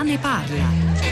ne parla.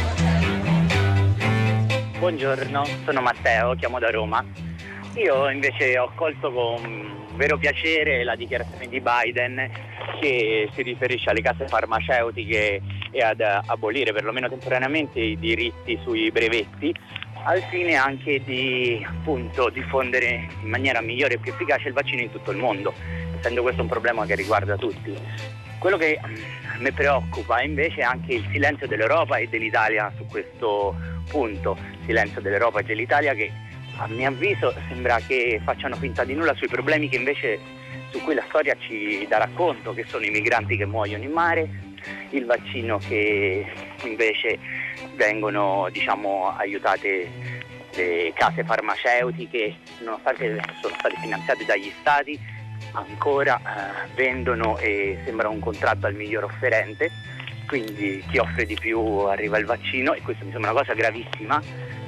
Buongiorno, sono Matteo, chiamo da Roma. Io invece ho colto con vero piacere la dichiarazione di Biden che si riferisce alle case farmaceutiche e ad abolire perlomeno temporaneamente i diritti sui brevetti, al fine anche di appunto diffondere in maniera migliore e più efficace il vaccino in tutto il mondo, essendo questo un problema che riguarda tutti. Quello che mi preoccupa invece è anche il silenzio dell'Europa e dell'Italia su questo punto, silenzio dell'Europa e dell'Italia che a mio avviso sembra che facciano finta di nulla sui problemi che invece su cui la storia ci dà racconto, che sono i migranti che muoiono in mare, il vaccino che invece vengono aiutate le case farmaceutiche, nonostante sono state finanziate dagli stati, ancora vendono e sembra un contratto al miglior offerente, quindi chi offre di più arriva il vaccino e questo mi sembra una cosa gravissima.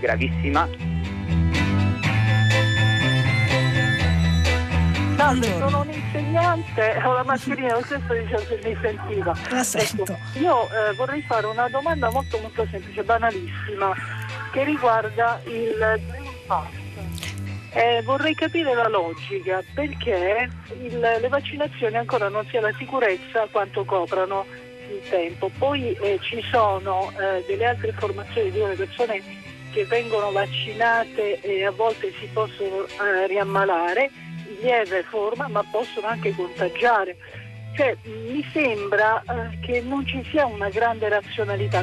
Salve, sono un insegnante, ho la mascherina, lo stesso dicevo se mi sentiva. Ecco, io vorrei fare una domanda molto molto semplice, banalissima, che riguarda il Green Pass. Vorrei capire la logica, perché le vaccinazioni ancora non si ha la sicurezza quanto coprano il tempo. Poi ci sono delle altre informazioni di delle persone che vengono vaccinate e a volte si possono riammalare, lieve forma, ma possono anche contagiare. Cioè, mi sembra che non ci sia una grande razionalità.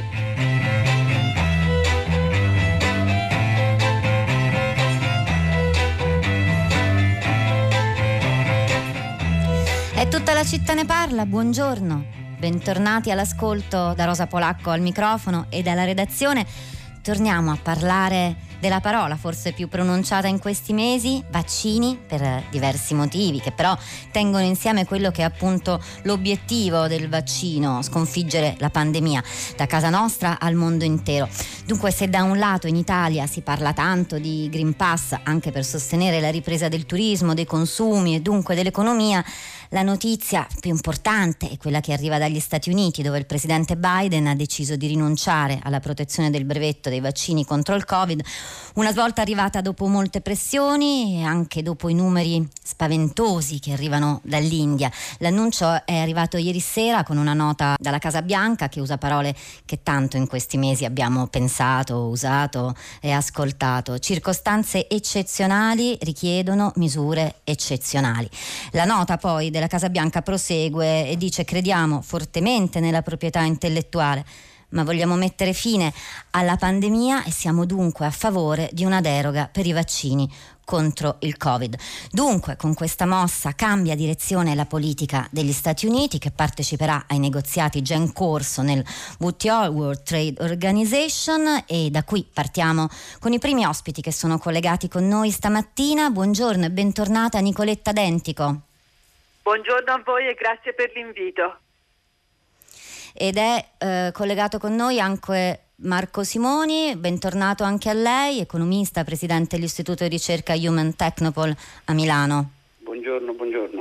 E tutta la città ne parla, buongiorno. Bentornati all'ascolto da Rosa Polacco al microfono e dalla redazione. Torniamo a parlare della parola forse più pronunciata in questi mesi, vaccini, per diversi motivi che però tengono insieme quello che è appunto l'obiettivo del vaccino, sconfiggere la pandemia da casa nostra al mondo intero. Dunque, se da un lato in Italia si parla tanto di Green Pass anche per sostenere la ripresa del turismo, dei consumi e dunque dell'economia, la notizia più importante è quella che arriva dagli Stati Uniti, dove il presidente Biden ha deciso di rinunciare alla protezione del brevetto dei vaccini contro il Covid. Una svolta arrivata dopo molte pressioni e anche dopo i numeri spaventosi che arrivano dall'India. L'annuncio è arrivato ieri sera con una nota dalla Casa Bianca che usa parole che tanto in questi mesi abbiamo pensato, usato e ascoltato. Circostanze eccezionali richiedono misure eccezionali. La nota poi della Casa Bianca prosegue e dice: crediamo fortemente nella proprietà intellettuale, ma vogliamo mettere fine alla pandemia e siamo dunque a favore di una deroga per i vaccini contro il Covid. Dunque, con questa mossa cambia direzione la politica degli Stati Uniti, che parteciperà ai negoziati già in corso nel WTO, World Trade Organization, e da qui partiamo con i primi ospiti che sono collegati con noi stamattina. Buongiorno e bentornata Nicoletta Dentico. Buongiorno a voi e grazie per l'invito. Ed è collegato con noi anche Marco Simoni, bentornato anche a lei, economista, presidente dell'Istituto di ricerca Human Technopole a Milano. Buongiorno.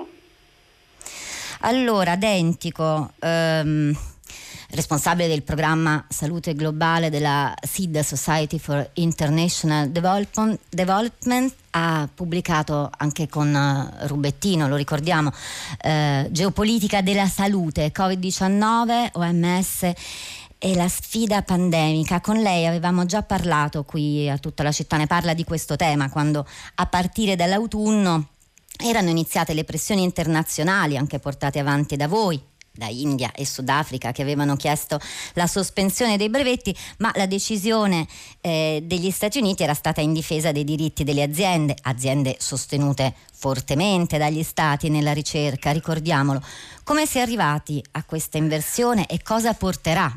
Allora, Dentico, responsabile del programma Salute Globale della SID, Society for International Development, ha pubblicato anche con Rubettino, lo ricordiamo, Geopolitica della salute, Covid-19, OMS e la sfida pandemica. Con lei avevamo già parlato qui a Tutta la città ne parla di questo tema, quando a partire dall'autunno erano iniziate le pressioni internazionali, anche portate avanti da voi, da India e Sudafrica, che avevano chiesto la sospensione dei brevetti, ma la decisione degli Stati Uniti era stata in difesa dei diritti delle aziende sostenute fortemente dagli stati nella ricerca, ricordiamolo. Come si è arrivati a questa inversione e cosa porterà?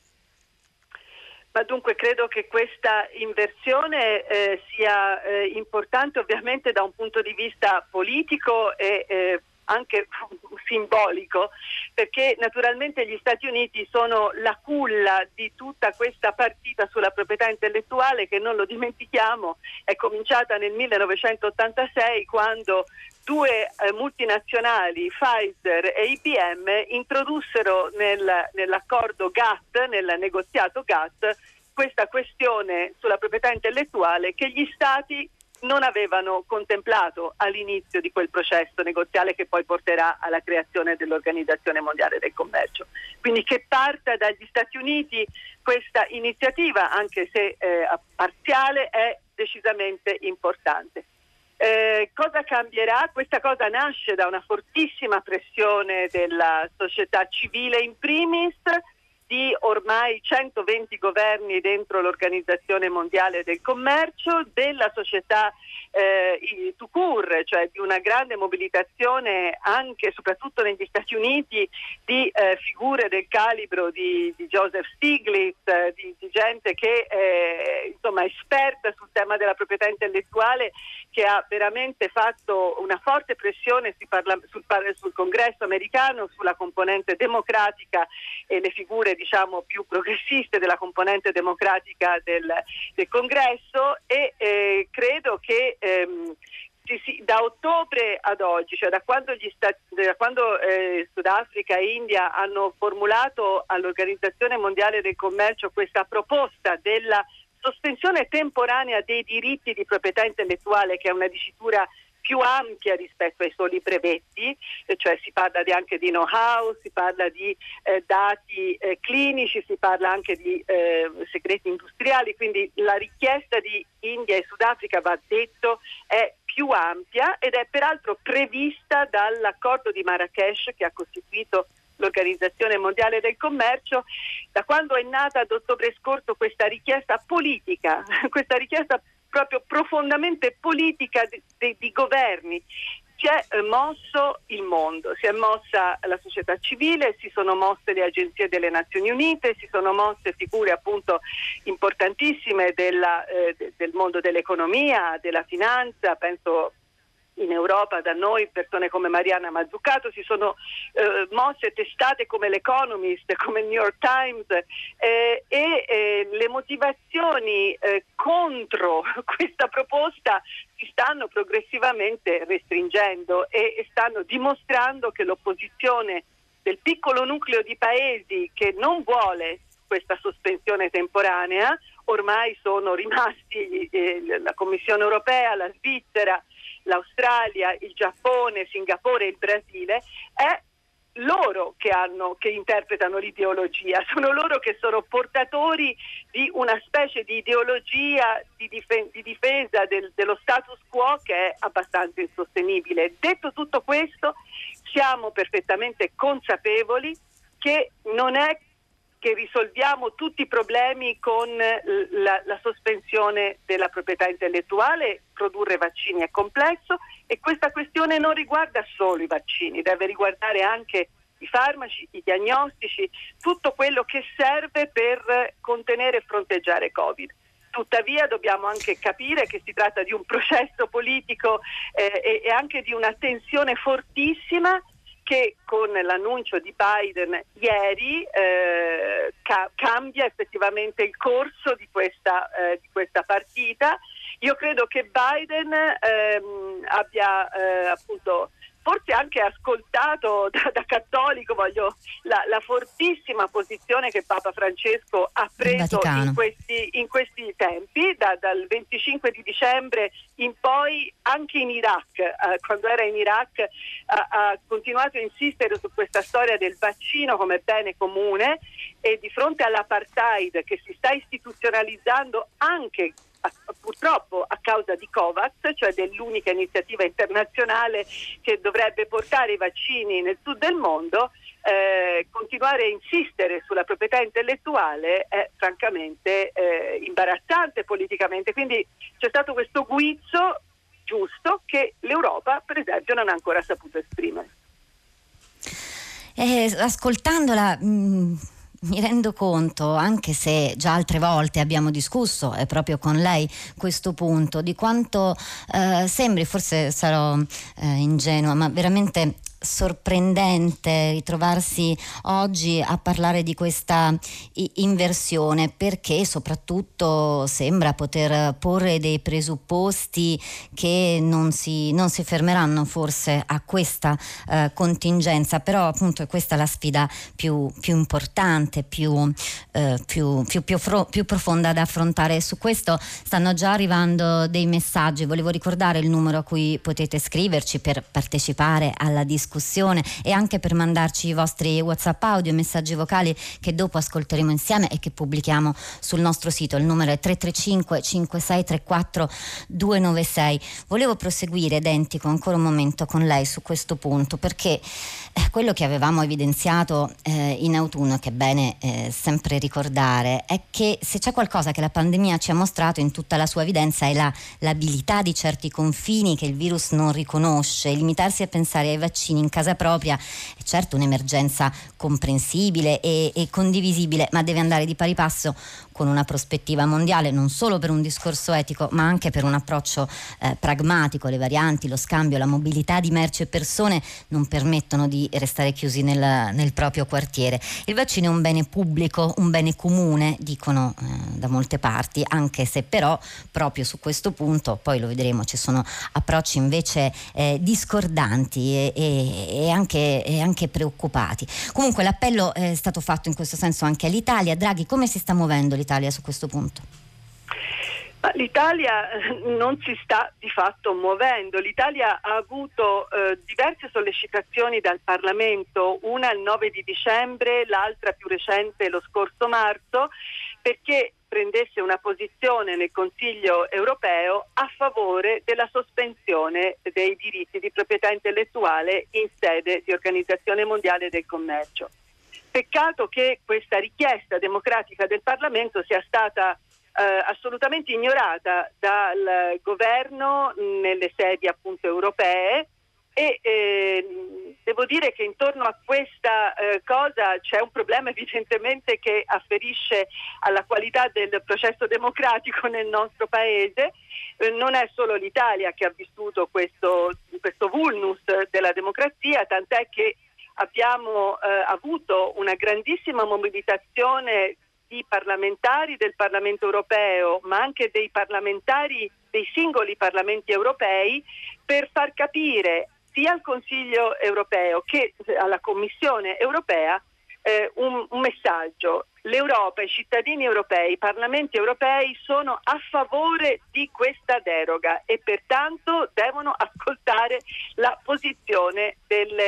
Ma dunque credo che questa inversione sia importante ovviamente da un punto di vista politico e anche simbolico, perché naturalmente gli Stati Uniti sono la culla di tutta questa partita sulla proprietà intellettuale che, non lo dimentichiamo, è cominciata nel 1986, quando due multinazionali, Pfizer e IBM, introdussero nell'accordo GATT, nel negoziato GATT, questa questione sulla proprietà intellettuale che gli Stati non avevano contemplato all'inizio di quel processo negoziale che poi porterà alla creazione dell'Organizzazione Mondiale del Commercio. Quindi che parta dagli Stati Uniti questa iniziativa, anche se parziale, è decisamente importante. Cosa cambierà? Questa cosa nasce da una fortissima pressione della società civile in primis, di ormai 120 governi dentro l'Organizzazione Mondiale del Commercio, della società tout court, cioè di una grande mobilitazione anche soprattutto negli Stati Uniti di figure del calibro di Joseph Stiglitz, di gente che insomma esperta sul tema della proprietà intellettuale, che ha veramente fatto una forte pressione sul Congresso americano, sulla componente democratica e le figure diciamo più progressiste della componente democratica del Congresso, e credo che da ottobre ad oggi, cioè da quando Sudafrica e India hanno formulato all'Organizzazione Mondiale del Commercio questa proposta della sospensione temporanea dei diritti di proprietà intellettuale, che è una dicitura più ampia rispetto ai soli brevetti, cioè si parla anche di know-how, si parla di dati clinici, si parla anche di segreti industriali, quindi la richiesta di India e Sudafrica, va detto, è più ampia ed è peraltro prevista dall'accordo di Marrakesh che ha costituito l'Organizzazione Mondiale del Commercio. Da quando è nata ad ottobre scorso questa richiesta politica, questa richiesta proprio profondamente politica di governi, si è mosso il mondo, si è mossa la società civile, si sono mosse le agenzie delle Nazioni Unite, si sono mosse figure appunto importantissime del mondo dell'economia, della finanza, penso in Europa da noi persone come Mariana Mazzucato, si sono mosse testate come l'Economist, come il New York Times, e le motivazioni contro questa proposta si stanno progressivamente restringendo e stanno dimostrando che l'opposizione del piccolo nucleo di paesi che non vuole questa sospensione temporanea, ormai sono rimasti la Commissione Europea, la Svizzera, l'Australia, il Giappone, Singapore e il Brasile, è loro che interpretano l'ideologia, sono loro che sono portatori di una specie di ideologia di difesa dello status quo che è abbastanza insostenibile. Detto tutto questo, siamo perfettamente consapevoli che non è che risolviamo tutti i problemi con la sospensione della proprietà intellettuale. Produrre vaccini è complesso e questa questione non riguarda solo i vaccini, deve riguardare anche i farmaci, i diagnostici, tutto quello che serve per contenere e fronteggiare Covid. Tuttavia dobbiamo anche capire che si tratta di un processo politico e anche di una tensione fortissima che con l'annuncio di Biden ieri cambia effettivamente il corso di questa partita. Io credo che Biden abbia appunto forse anche ascoltato da cattolico la fortissima posizione che Papa Francesco ha preso in questi tempi, dal 25 di dicembre in poi. Anche in Iraq, quando era in Iraq, ha continuato a insistere su questa storia del vaccino come bene comune, e di fronte all'apartheid che si sta istituzionalizzando anche purtroppo a causa di COVAX, cioè dell'unica iniziativa internazionale che dovrebbe portare i vaccini nel sud del mondo, continuare a insistere sulla proprietà intellettuale è francamente imbarazzante politicamente. Quindi c'è stato questo guizzo giusto che l'Europa, per esempio, non ha ancora saputo esprimere. Ascoltandola mi rendo conto, anche se già altre volte abbiamo discusso proprio con lei questo punto, di quanto sembri, forse sarò ingenua, ma veramente sorprendente ritrovarsi oggi a parlare di questa inversione, perché soprattutto sembra poter porre dei presupposti che non si fermeranno forse a questa contingenza, però appunto è questa la sfida più importante, più profonda da affrontare. Su questo stanno già arrivando dei messaggi. Volevo ricordare il numero a cui potete scriverci per partecipare alla discussione e anche per mandarci i vostri WhatsApp audio e messaggi vocali che dopo ascolteremo insieme e che pubblichiamo sul nostro sito. Il numero è 335 5634 296. Volevo proseguire, Dentico, ancora un momento con lei su questo punto, perché quello che avevamo evidenziato in autunno, che è bene sempre ricordare, è che se c'è qualcosa che la pandemia ci ha mostrato in tutta la sua evidenza è l'abilità di certi confini che il virus non riconosce. Limitarsi a pensare ai vaccini in casa propria è certo un'emergenza comprensibile e condivisibile, ma deve andare di pari passo con una prospettiva mondiale, non solo per un discorso etico ma anche per un approccio pragmatico. Le varianti, lo scambio, la mobilità di merci e persone non permettono di restare chiusi nel proprio quartiere. Il vaccino è un bene pubblico, un bene comune, dicono da molte parti, anche se però proprio su questo punto, poi lo vedremo, ci sono approcci invece discordanti e anche preoccupati. Comunque l'appello è stato fatto in questo senso anche all'Italia. Draghi, come si sta muovendo l'Italia su questo punto? L'Italia non si sta di fatto muovendo. L'Italia ha avuto diverse sollecitazioni dal Parlamento, una il 9 di dicembre, l'altra più recente lo scorso marzo, perché prendesse una posizione nel Consiglio europeo a favore della sospensione dei diritti di proprietà intellettuale in sede di Organizzazione Mondiale del Commercio. Peccato che questa richiesta democratica del Parlamento sia stata assolutamente ignorata dal governo nelle sedi appunto europee e devo dire che intorno a questa cosa c'è un problema evidentemente che afferisce alla qualità del processo democratico nel nostro paese. Non è solo l'Italia che ha vissuto questo vulnus della democrazia, tant'è che abbiamo avuto una grandissima mobilitazione di parlamentari del Parlamento europeo, ma anche dei parlamentari dei singoli parlamenti europei, per far capire sia al Consiglio europeo che alla Commissione europea un messaggio. L'Europa, i cittadini europei, i parlamenti europei sono a favore di questa deroga e pertanto devono ascoltare la posizione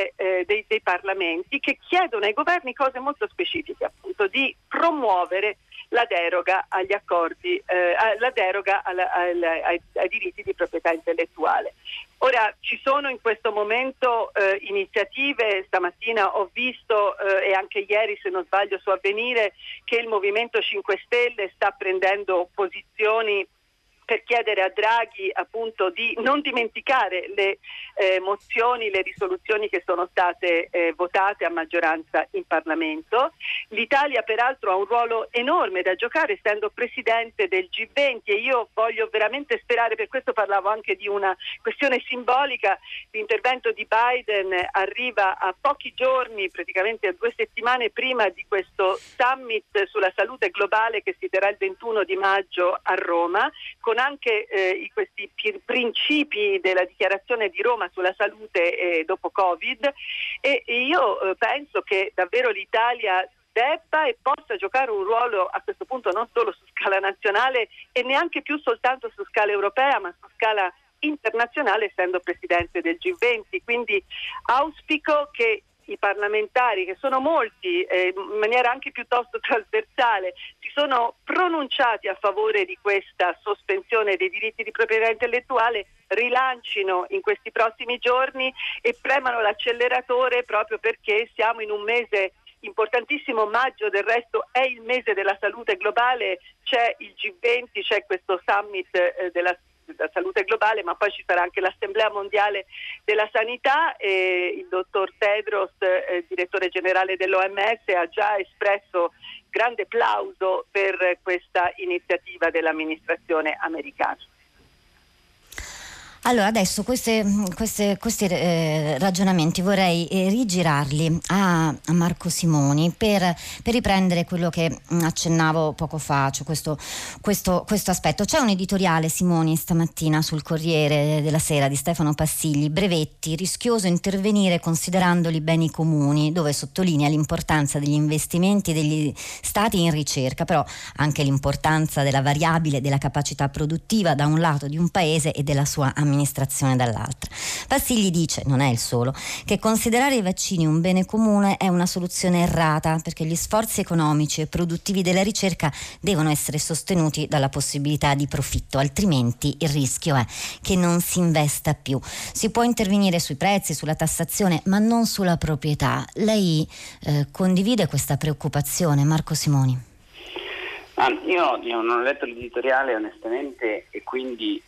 dei parlamenti, che chiedono ai governi cose molto specifiche, appunto di promuovere la deroga agli accordi, la deroga ai diritti di proprietà intellettuale. Ora ci sono in questo momento iniziative, stamattina ho visto e anche ieri se non sbaglio su Avvenire, che il Movimento 5 Stelle sta prendendo posizioni per chiedere a Draghi appunto di non dimenticare le mozioni, le risoluzioni che sono state votate a maggioranza in Parlamento. L'Italia peraltro ha un ruolo enorme da giocare essendo presidente del G20 e io voglio veramente sperare, per questo parlavo anche di una questione simbolica. L'intervento di Biden arriva a pochi giorni, praticamente a 2 settimane prima di questo summit sulla salute globale che si terrà il 21 di maggio a Roma, con anche questi principi della dichiarazione di Roma sulla salute dopo Covid, e io penso che davvero l'Italia debba e possa giocare un ruolo a questo punto non solo su scala nazionale e neanche più soltanto su scala europea, ma su scala internazionale, essendo presidente del G20. Quindi auspico che i parlamentari, che sono molti, in maniera anche piuttosto trasversale, si sono pronunciati a favore di questa sospensione dei diritti di proprietà intellettuale, rilancino in questi prossimi giorni e premano l'acceleratore, proprio perché siamo in un mese importantissimo. Maggio del resto è il mese della salute globale, c'è il G20, c'è questo summit della salute globale, ma poi ci sarà anche l'Assemblea Mondiale della Sanità e il dottor Tedros, direttore generale dell'OMS, ha già espresso grande plauso per questa iniziativa dell'amministrazione americana. Allora adesso questi ragionamenti vorrei rigirarli a Marco Simoni per riprendere quello che accennavo poco fa, cioè questo aspetto. C'è un editoriale, Simoni, stamattina sul Corriere della Sera di Stefano Passigli, brevetti, rischioso intervenire considerandoli beni comuni, dove sottolinea l'importanza degli investimenti degli stati in ricerca, però anche l'importanza della variabile della capacità produttiva da un lato di un paese e della sua amministrazione dall'altra. Passigli dice, non è il solo, che considerare i vaccini un bene comune è una soluzione errata, perché gli sforzi economici e produttivi della ricerca devono essere sostenuti dalla possibilità di profitto, altrimenti il rischio è che non si investa più. Si può intervenire sui prezzi, sulla tassazione, ma non sulla proprietà. Lei condivide questa preoccupazione, Marco Simoni? Io non ho letto l'editoriale onestamente e quindi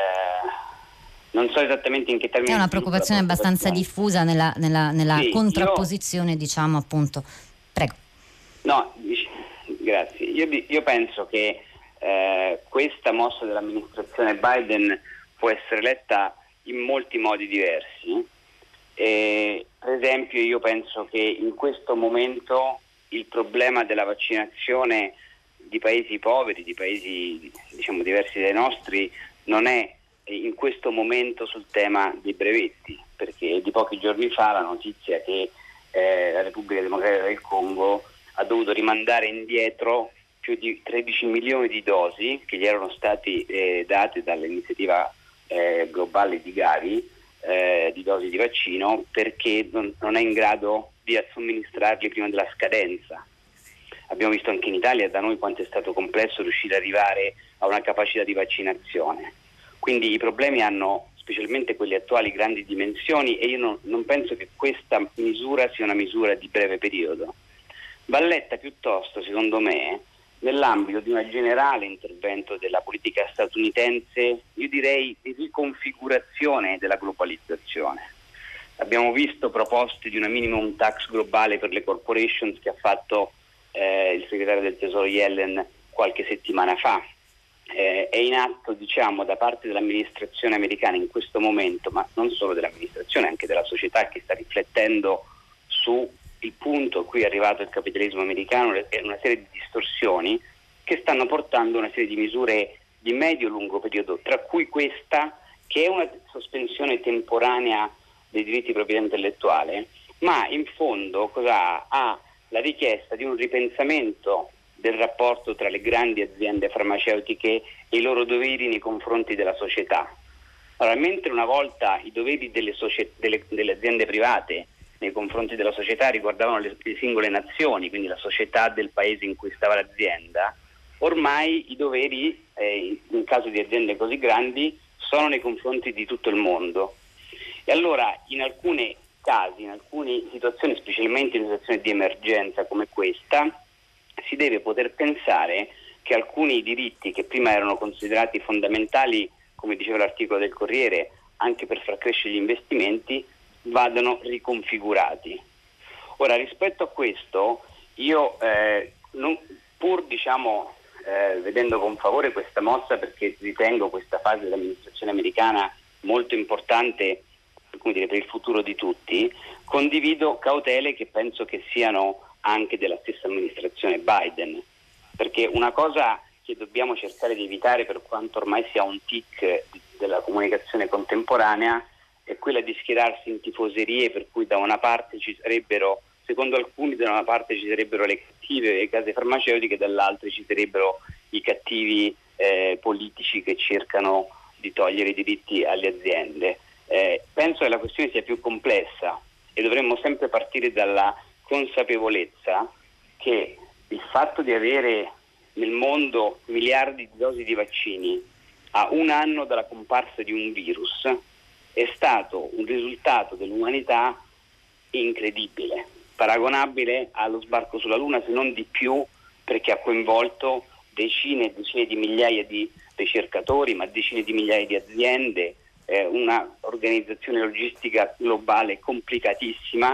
non so esattamente in che termini. È una preoccupazione abbastanza diffusa nella sì, contrapposizione, diciamo, appunto. Prego. No, grazie. Io penso che questa mossa dell'amministrazione Biden può essere letta in molti modi diversi. Per esempio, io penso che in questo momento il problema della vaccinazione di paesi poveri, di paesi diciamo diversi dai nostri, non è in questo momento sul tema dei brevetti, perché di pochi giorni fa la notizia che la Repubblica Democratica del Congo ha dovuto rimandare indietro più di 13 milioni di dosi che gli erano stati date dall'iniziativa globale di Gavi, di dosi di vaccino, perché non è in grado di somministrarli prima della scadenza. Abbiamo visto anche in Italia, da noi, quanto è stato complesso riuscire ad arrivare a una capacità di vaccinazione. Quindi i problemi hanno, specialmente quelli attuali, grandi dimensioni, e io non penso che questa misura sia una misura di breve periodo. Va letta piuttosto, secondo me, nell'ambito di un generale intervento della politica statunitense, io direi di riconfigurazione della globalizzazione. Abbiamo visto proposte di una minimum tax globale per le corporations che ha fatto il segretario del Tesoro Yellen qualche settimana fa. È in atto, diciamo, da parte dell'amministrazione americana in questo momento, ma non solo dell'amministrazione, anche della società, che sta riflettendo su il punto a cui è arrivato il capitalismo americano e una serie di distorsioni che stanno portando una serie di misure di medio-lungo periodo, tra cui questa, che è una sospensione temporanea dei diritti di proprietà intellettuale, ma in fondo cosa ha? La richiesta di un ripensamento del rapporto tra le grandi aziende farmaceutiche e i loro doveri nei confronti della società. Allora, mentre una volta i doveri delle aziende private nei confronti della società riguardavano le singole nazioni, quindi la società del paese in cui stava l'azienda, ormai i doveri, in caso di aziende così grandi, sono nei confronti di tutto il mondo. E allora, in alcuni casi, in alcune situazioni, specialmente in situazioni di emergenza come questa, si deve poter pensare che alcuni diritti che prima erano considerati fondamentali, come diceva l'articolo del Corriere, anche per far crescere gli investimenti, vadano riconfigurati. Ora, rispetto a questo, io vedendo con favore questa mossa, perché ritengo questa fase dell'amministrazione americana molto importante, come dire, per il futuro di tutti, condivido cautele che penso che siano anche della stessa amministrazione Biden, perché una cosa che dobbiamo cercare di evitare, per quanto ormai sia un tic della comunicazione contemporanea, è quella di schierarsi in tifoserie per cui da una parte ci sarebbero, secondo alcuni, da una parte ci sarebbero le cattive le case farmaceutiche, dall'altra ci sarebbero i cattivi politici che cercano di togliere i diritti alle aziende. Penso che la questione sia più complessa e dovremmo sempre partire dalla consapevolezza che il fatto di avere nel mondo miliardi di dosi di vaccini a un anno dalla comparsa di un virus è stato un risultato dell'umanità incredibile, paragonabile allo sbarco sulla Luna, se non di più, perché ha coinvolto decine e decine di migliaia di ricercatori, ma decine di migliaia di aziende, una organizzazione logistica globale complicatissima,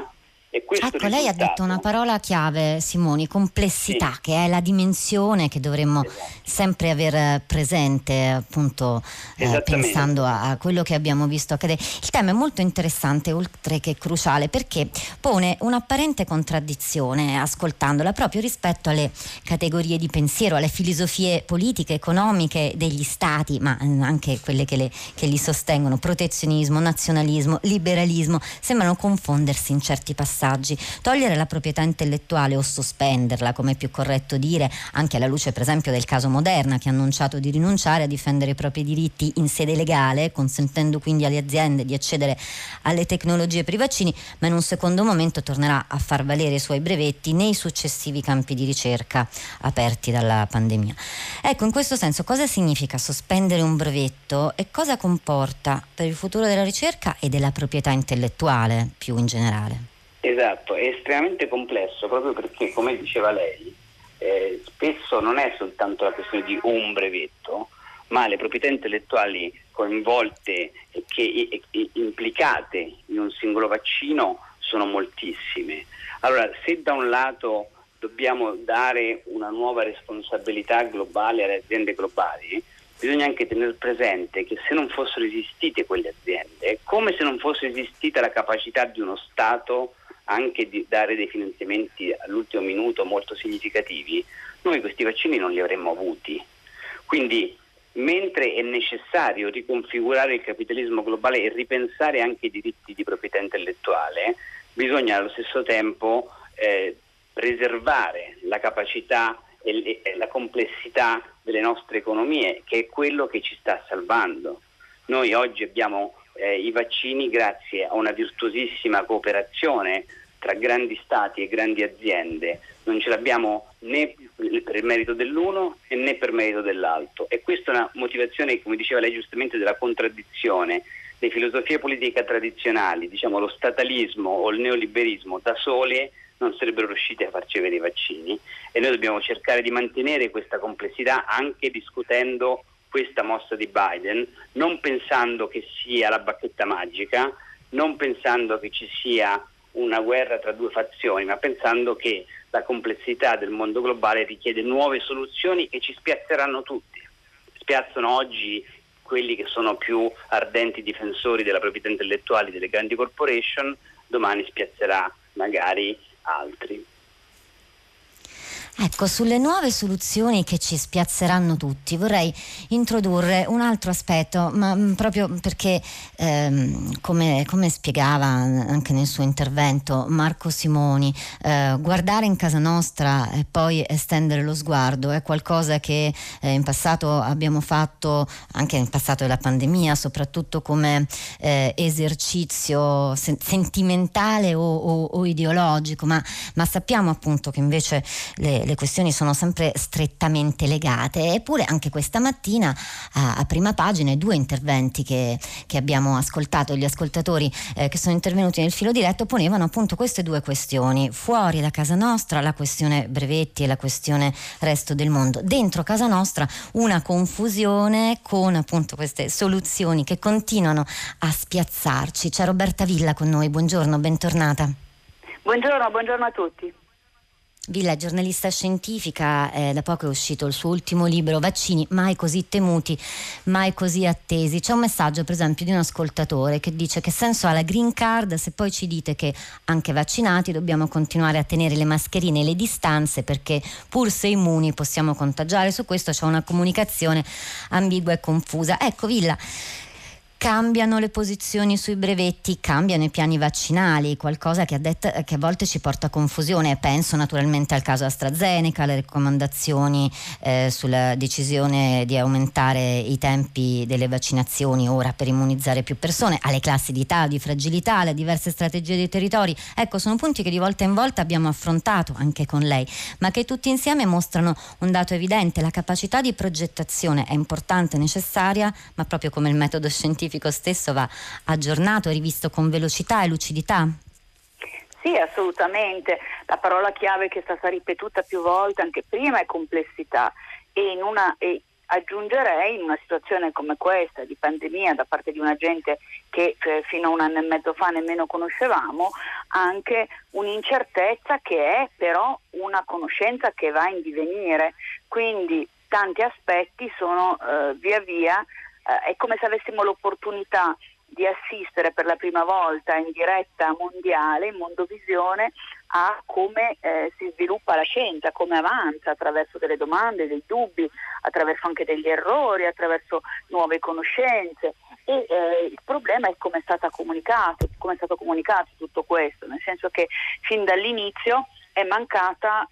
E questo ecco, lei ha detto una parola chiave, Simoni, complessità, sì, che è la dimensione che dovremmo sempre aver presente, appunto, pensando a quello che abbiamo visto accadere. Il tema è molto interessante, oltre che cruciale, perché pone un'apparente contraddizione, ascoltandola, proprio rispetto alle categorie di pensiero, alle filosofie politiche, economiche degli stati, ma anche quelle che li sostengono: protezionismo, nazionalismo, liberalismo, sembrano confondersi in certi passaggi. Togliere la proprietà intellettuale o sospenderla, come è più corretto dire, anche alla luce per esempio del caso Moderna, che ha annunciato di rinunciare a difendere i propri diritti in sede legale, consentendo quindi alle aziende di accedere alle tecnologie per i vaccini, ma in un secondo momento tornerà a far valere i suoi brevetti nei successivi campi di ricerca aperti dalla pandemia. Ecco, in questo senso cosa significa sospendere un brevetto e cosa comporta per il futuro della ricerca e della proprietà intellettuale più in generale? Esatto, è estremamente complesso, proprio perché, come diceva lei, spesso non è soltanto la questione di un brevetto, ma le proprietà intellettuali coinvolte e implicate in un singolo vaccino sono moltissime. Allora, se da un lato dobbiamo dare una nuova responsabilità globale alle aziende globali, bisogna anche tenere presente che se non fossero esistite quelle aziende, come se non fosse esistita la capacità di uno Stato anche di dare dei finanziamenti all'ultimo minuto molto significativi, noi questi vaccini non li avremmo avuti. Quindi, mentre è necessario riconfigurare il capitalismo globale e ripensare anche i diritti di proprietà intellettuale, bisogna allo stesso tempo preservare la capacità e la complessità delle nostre economie, che è quello che ci sta salvando. Noi oggi abbiamo i vaccini grazie a una virtuosissima cooperazione tra grandi stati e grandi aziende. Non ce l'abbiamo né per merito dell'uno e né per merito dell'altro, e questa è una motivazione, come diceva lei giustamente, della contraddizione. Le filosofie politiche tradizionali, diciamo lo statalismo o il neoliberismo, da sole non sarebbero riusciti a farci avere i vaccini, e noi dobbiamo cercare di mantenere questa complessità anche discutendo questa mossa di Biden, non pensando che sia la bacchetta magica, non pensando che ci sia una guerra tra due fazioni, ma pensando che la complessità del mondo globale richiede nuove soluzioni che ci spiazzeranno tutti. Spiazzano oggi quelli che sono più ardenti difensori della proprietà intellettuale delle grandi corporation, domani spiazzerà magari altri. Ecco, sulle nuove soluzioni che ci spiazzeranno tutti vorrei introdurre un altro aspetto, ma proprio perché come spiegava anche nel suo intervento Marco Simoni, guardare in casa nostra e poi estendere lo sguardo è qualcosa che in passato abbiamo fatto, anche nel passato della pandemia, soprattutto come esercizio sentimentale o ideologico, ma sappiamo appunto che invece le questioni sono sempre strettamente legate. Eppure anche questa mattina a prima pagina i due interventi che abbiamo ascoltato, gli ascoltatori che sono intervenuti nel filo diretto, ponevano appunto queste due questioni: fuori da casa nostra la questione brevetti e la questione resto del mondo, dentro casa nostra una confusione con appunto queste soluzioni che continuano a spiazzarci. C'è Roberta Villa con noi, buongiorno, bentornata. Buongiorno a tutti. Villa è giornalista scientifica, da poco è uscito il suo ultimo libro, Vaccini mai così temuti, mai così attesi. C'è un messaggio per esempio di un ascoltatore che dice: che senso ha la green card se poi ci dite che anche vaccinati dobbiamo continuare a tenere le mascherine e le distanze, perché pur se immuni possiamo contagiare. Su questo c'è una comunicazione ambigua e confusa. Ecco Villa, cambiano le posizioni sui brevetti, cambiano i piani vaccinali, qualcosa che a volte ci porta a confusione. Penso naturalmente al caso AstraZeneca, alle raccomandazioni sulla decisione di aumentare i tempi delle vaccinazioni ora per immunizzare più persone, alle classi di età, di fragilità, alle diverse strategie dei territori. Ecco, sono punti che di volta in volta abbiamo affrontato anche con lei, ma che tutti insieme mostrano un dato evidente: la capacità di progettazione è importante e necessaria, ma proprio come il metodo scientifico stesso va aggiornato e rivisto con velocità e lucidità. Sì, assolutamente. La parola chiave che è stata ripetuta più volte anche prima è complessità, e aggiungerei, in una situazione come questa di pandemia da parte di una gente che fino a 1 anno e mezzo fa nemmeno conoscevamo, anche un'incertezza che è però una conoscenza che va in divenire, quindi tanti aspetti sono via via, è come se avessimo l'opportunità di assistere per la prima volta in diretta mondiale, in Mondovisione, a come si sviluppa la scienza, come avanza attraverso delle domande, dei dubbi, attraverso anche degli errori, attraverso nuove conoscenze. E il problema è come è stato comunicato tutto questo, nel senso che fin dall'inizio è mancata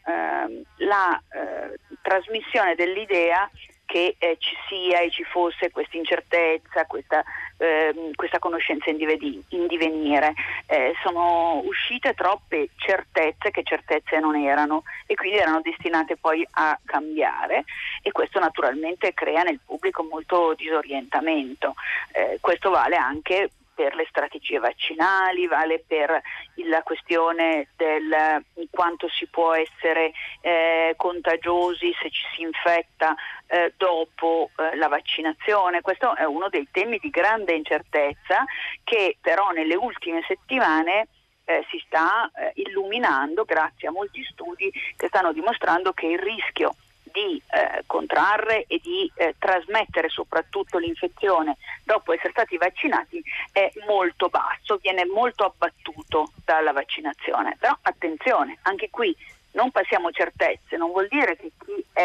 la trasmissione dell'idea che ci sia e ci fosse questa incertezza, questa conoscenza in divenire. Sono uscite troppe certezze che certezze non erano e quindi erano destinate poi a cambiare, e questo naturalmente crea nel pubblico molto disorientamento. Questo vale anche per le strategie vaccinali, vale per la questione del quanto si può essere contagiosi se ci si infetta dopo la vaccinazione. Questo è uno dei temi di grande incertezza che però nelle ultime settimane si sta illuminando grazie a molti studi che stanno dimostrando che il rischio di contrarre e di trasmettere soprattutto l'infezione dopo essere stati vaccinati è molto basso, viene molto abbattuto dalla vaccinazione. Però attenzione, anche qui non passiamo certezze, non vuol dire che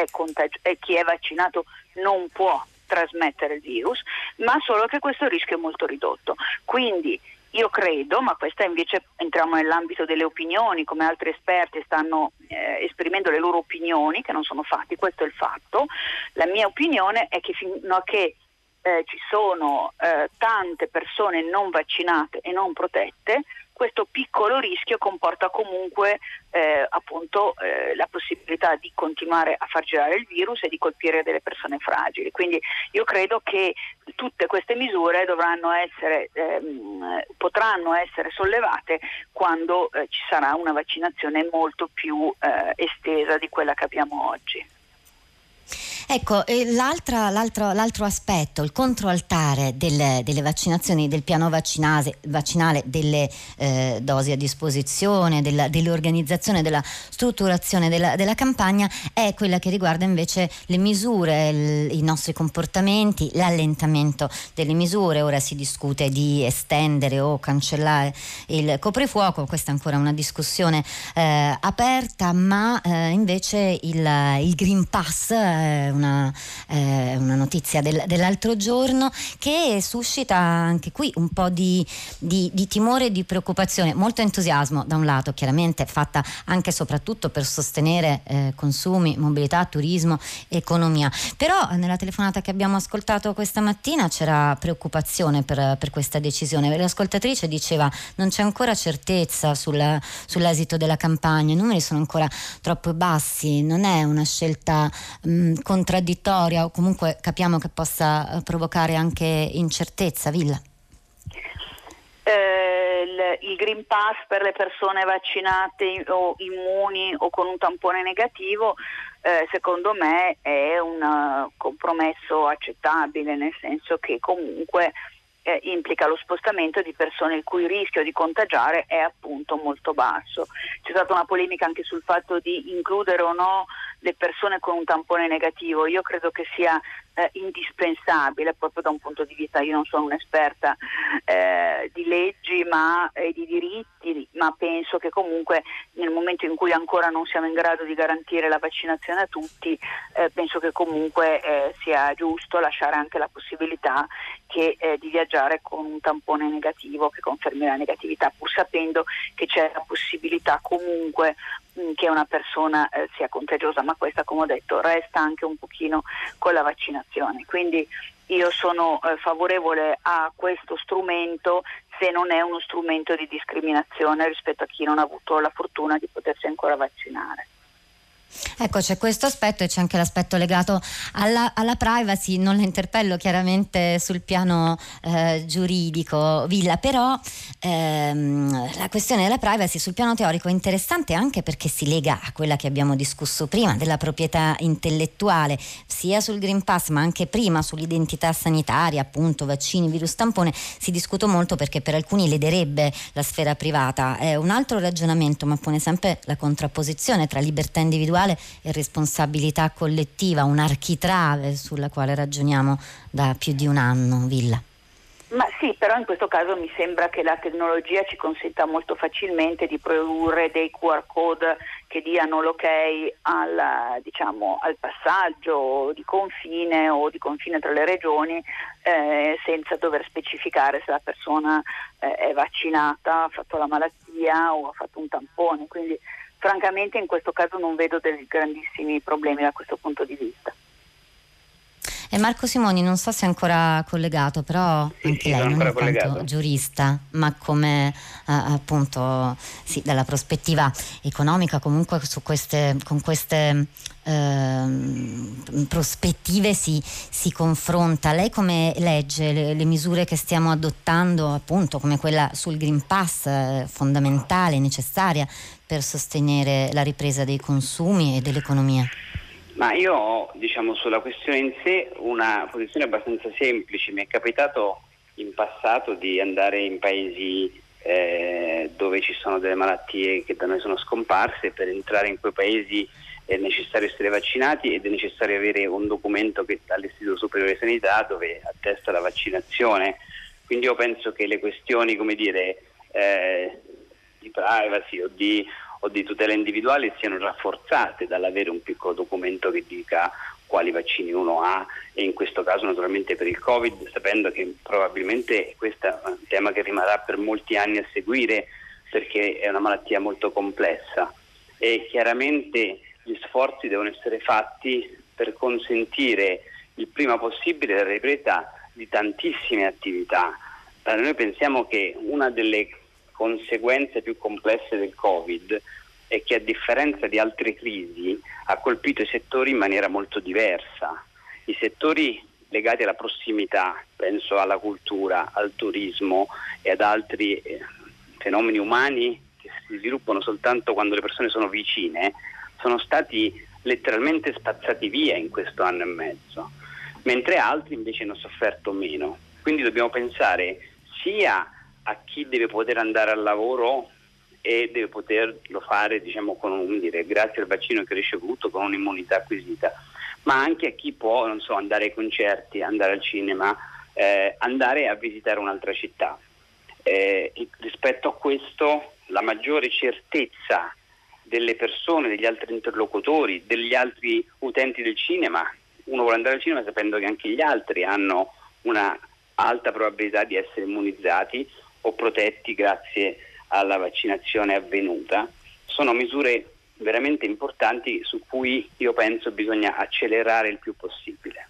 chi è vaccinato non può trasmettere il virus, ma solo che questo rischio è molto ridotto. Quindi io credo, ma questa invece entriamo nell'ambito delle opinioni, come altri esperti stanno esprimendo le loro opinioni, che non sono fatti, questo è il fatto. La mia opinione è che fino a che ci sono tante persone non vaccinate e non protette, questo piccolo rischio comporta comunque la possibilità di continuare a far girare il virus e di colpire delle persone fragili. Quindi io credo che tutte queste misure potranno essere sollevate quando ci sarà una vaccinazione molto più estesa di quella che abbiamo oggi. Ecco, l'altro aspetto, il controaltare delle vaccinazioni, del piano vaccinale, delle dosi a disposizione, dell'organizzazione, della strutturazione della campagna, è quella che riguarda invece le misure, i nostri comportamenti, l'allentamento delle misure. Ora si discute di estendere o cancellare il coprifuoco, questa è ancora una discussione aperta, ma invece il Green Pass è una notizia dell'altro giorno che suscita anche qui un po' di timore e di preoccupazione, molto entusiasmo da un lato, chiaramente fatta anche e soprattutto per sostenere consumi, mobilità, turismo, economia, però nella telefonata che abbiamo ascoltato questa mattina c'era preoccupazione per questa decisione. L'ascoltatrice diceva non c'è ancora certezza sull'esito della campagna, i numeri sono ancora troppo bassi, non è una scelta contraddittoria, o comunque capiamo che possa provocare anche incertezza. Villa. Il Green Pass per le persone vaccinate o immuni o con un tampone negativo secondo me è un compromesso accettabile, nel senso che comunque implica lo spostamento di persone il cui rischio di contagiare è appunto molto basso. C'è stata una polemica anche sul fatto di includere o no le persone con un tampone negativo. Io credo che sia indispensabile proprio da un punto di vista, io non sono un'esperta di leggi e di diritti, ma penso che comunque nel momento in cui ancora non siamo in grado di garantire la vaccinazione a tutti, penso che comunque sia giusto lasciare anche la possibilità di viaggiare con un tampone negativo che confermi la negatività, pur sapendo che c'è la possibilità comunque che una persona sia contagiosa, ma questa, come ho detto, resta anche un pochino con la vaccinazione. Quindi io sono favorevole a questo strumento se non è uno strumento di discriminazione rispetto a chi non ha avuto la fortuna di potersi ancora vaccinare. Ecco, c'è questo aspetto e c'è anche l'aspetto legato alla privacy. Non la interpello chiaramente sul piano giuridico, Villa, però la questione della privacy sul piano teorico è interessante anche perché si lega a quella che abbiamo discusso prima, della proprietà intellettuale, sia sul Green Pass ma anche prima sull'identità sanitaria, appunto vaccini, virus tampone. Si discute molto perché per alcuni lederebbe la sfera privata. È un altro ragionamento, ma pone sempre la contrapposizione tra libertà individuale e responsabilità collettiva, un architrave sulla quale ragioniamo da più di un anno, Villa. Ma sì, però in questo caso mi sembra che la tecnologia ci consenta molto facilmente di produrre dei QR code che diano l'ok al passaggio di confine o di confine tra le regioni, senza dover specificare se la persona è vaccinata, ha fatto la malattia o ha fatto un tampone. Quindi francamente in questo caso non vedo dei grandissimi problemi da questo punto di vista. E Marco Simoni, non so se è ancora collegato, però anche lei non è tanto giurista, ma come appunto sì, dalla prospettiva economica comunque con queste prospettive si confronta. Lei come legge le misure che stiamo adottando, appunto come quella sul Green Pass, fondamentale, necessaria per sostenere la ripresa dei consumi e dell'economia? Ma io ho, sulla questione in sé una posizione abbastanza semplice. Mi è capitato in passato di andare in paesi dove ci sono delle malattie che da noi sono scomparse. Per entrare in quei paesi è necessario essere vaccinati ed è necessario avere un documento dall'Istituto Superiore di Sanità dove attesta la vaccinazione. Quindi io penso che le questioni, di privacy o di tutela individuale siano rafforzate dall'avere un piccolo documento che dica quali vaccini uno ha, e in questo caso naturalmente per il Covid, sapendo che probabilmente questo è un tema che rimarrà per molti anni a seguire perché è una malattia molto complessa, e chiaramente gli sforzi devono essere fatti per consentire il prima possibile la ripresa di tantissime attività. Noi pensiamo che una delle conseguenze più complesse del Covid è che, a differenza di altre crisi, ha colpito i settori in maniera molto diversa. I settori legati alla prossimità, penso alla cultura, al turismo e ad altri fenomeni umani che si sviluppano soltanto quando le persone sono vicine, sono stati letteralmente spazzati via in questo anno e mezzo, mentre altri invece hanno sofferto meno. Quindi dobbiamo pensare sia a chi deve poter andare al lavoro e deve poterlo fare grazie al vaccino che ha ricevuto, con un'immunità acquisita, ma anche a chi può andare ai concerti, andare al cinema, andare a visitare un'altra città. Rispetto a questo, la maggiore certezza delle persone, degli altri interlocutori, degli altri utenti del cinema. Uno vuole andare al cinema sapendo che anche gli altri hanno una alta probabilità di essere immunizzati o protetti grazie alla vaccinazione avvenuta. Sono misure veramente importanti su cui io penso bisogna accelerare il più possibile.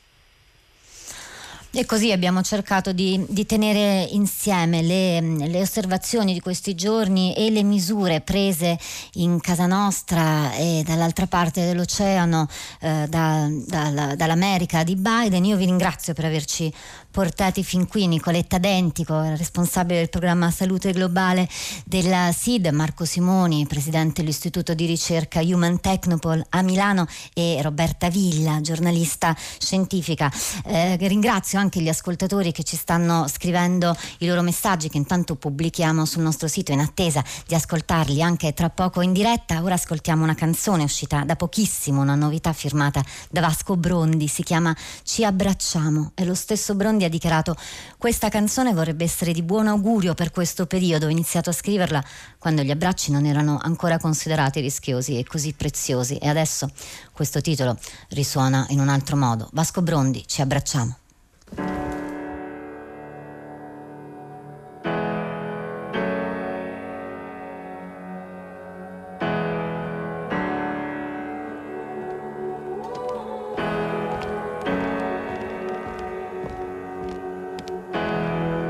E così abbiamo cercato di tenere insieme le osservazioni di questi giorni e le misure prese in casa nostra e dall'altra parte dell'oceano, dall'America di Biden. Io vi ringrazio per averci portati fin qui. Nicoletta Dentico, responsabile del programma Salute Globale della SID, Marco Simoni, presidente dell'Istituto di ricerca Human Technopole a Milano, e Roberta Villa, giornalista scientifica. Ringrazio anche gli ascoltatori che ci stanno scrivendo i loro messaggi, che intanto pubblichiamo sul nostro sito in attesa di ascoltarli anche tra poco in diretta. Ora ascoltiamo una canzone uscita da pochissimo, una novità firmata da Vasco Brondi, si chiama Ci abbracciamo, e lo stesso Brondi ha dichiarato: questa canzone vorrebbe essere di buon augurio per questo periodo, ho iniziato a scriverla quando gli abbracci non erano ancora considerati rischiosi e così preziosi, e adesso questo titolo risuona in un altro modo. Vasco Brondi, Ci abbracciamo.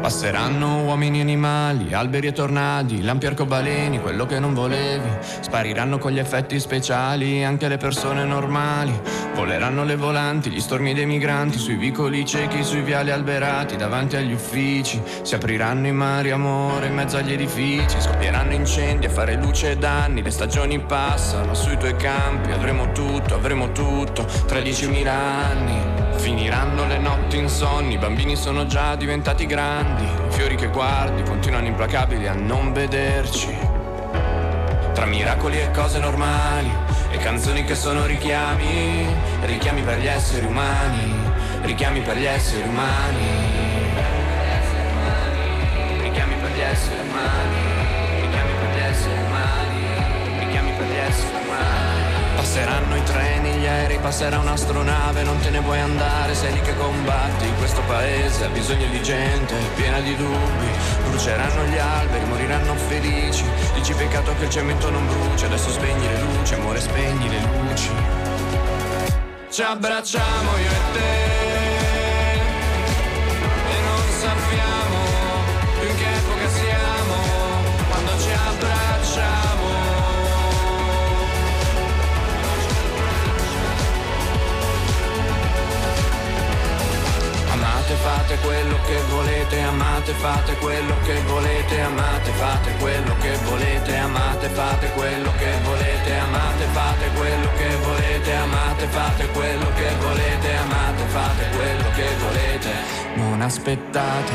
Passeranno uomini e animali, alberi e tornadi, lampi arcobaleni, quello che non volevi. Spariranno con gli effetti speciali anche le persone normali. Voleranno le volanti, gli stormi dei migranti, sui vicoli ciechi, sui viali alberati, davanti agli uffici. Si apriranno i mari, amore, in mezzo agli edifici. Scoppieranno incendi a fare luce e danni. Le stagioni passano sui tuoi campi. Avremo tutto, 13.000 anni. Finiranno le notti insonni, i bambini sono già diventati grandi. I fiori che guardi continuano implacabili a non vederci. Tra miracoli e cose normali, e canzoni che sono richiami, richiami per gli esseri umani, richiami per gli esseri umani, richiami per gli esseri umani, richiami per gli esseri umani, richiami per gli esseri umani. Passeranno i treni, gli aerei, passerà un'astronave, non te ne vuoi andare, sei lì che combatti. Questo paese ha bisogno di gente piena di dubbi. Bruceranno gli alberi, moriranno felici. Dici peccato che il cemento non brucia, adesso spegni le luci, amore, spegni le luci. Ci abbracciamo io e te e non sappiamo più in che epoca siamo quando ci abbracciamo. Amate, fate quello che volete, amate, fate quello che volete, amate, fate quello che volete, amate, fate quello che volete, amate, fate quello che volete, amate, fate quello che volete, amate, fate quello che volete, non aspettate.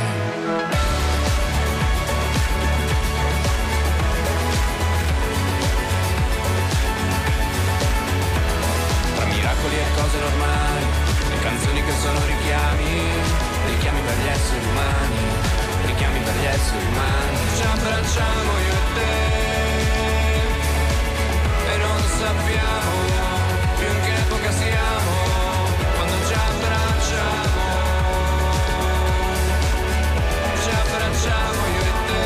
Tra miracoli e cose normali, canzoni che sono richiami, richiami per gli esseri umani, richiami per gli esseri umani. Ci abbracciamo io e te e non sappiamo più in che epoca siamo quando ci abbracciamo. Ci abbracciamo io e te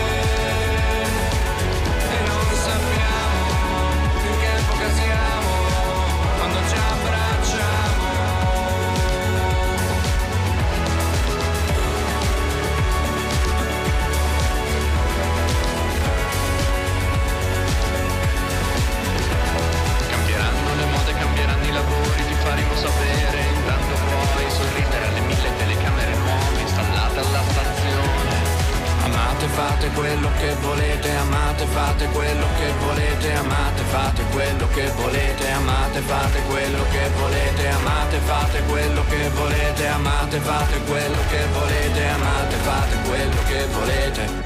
e non sappiamo più in che epoca siamo quando ci abbracciamo. Faremo sapere, intanto puoi sorridere alle 1000 telecamere nuove installate alla stazione. Amate, fate quello che volete, amate, fate quello che volete, amate, fate quello che volete, amate, fate quello che volete, amate, fate quello che volete, amate, fate quello che volete, amate, fate quello che volete.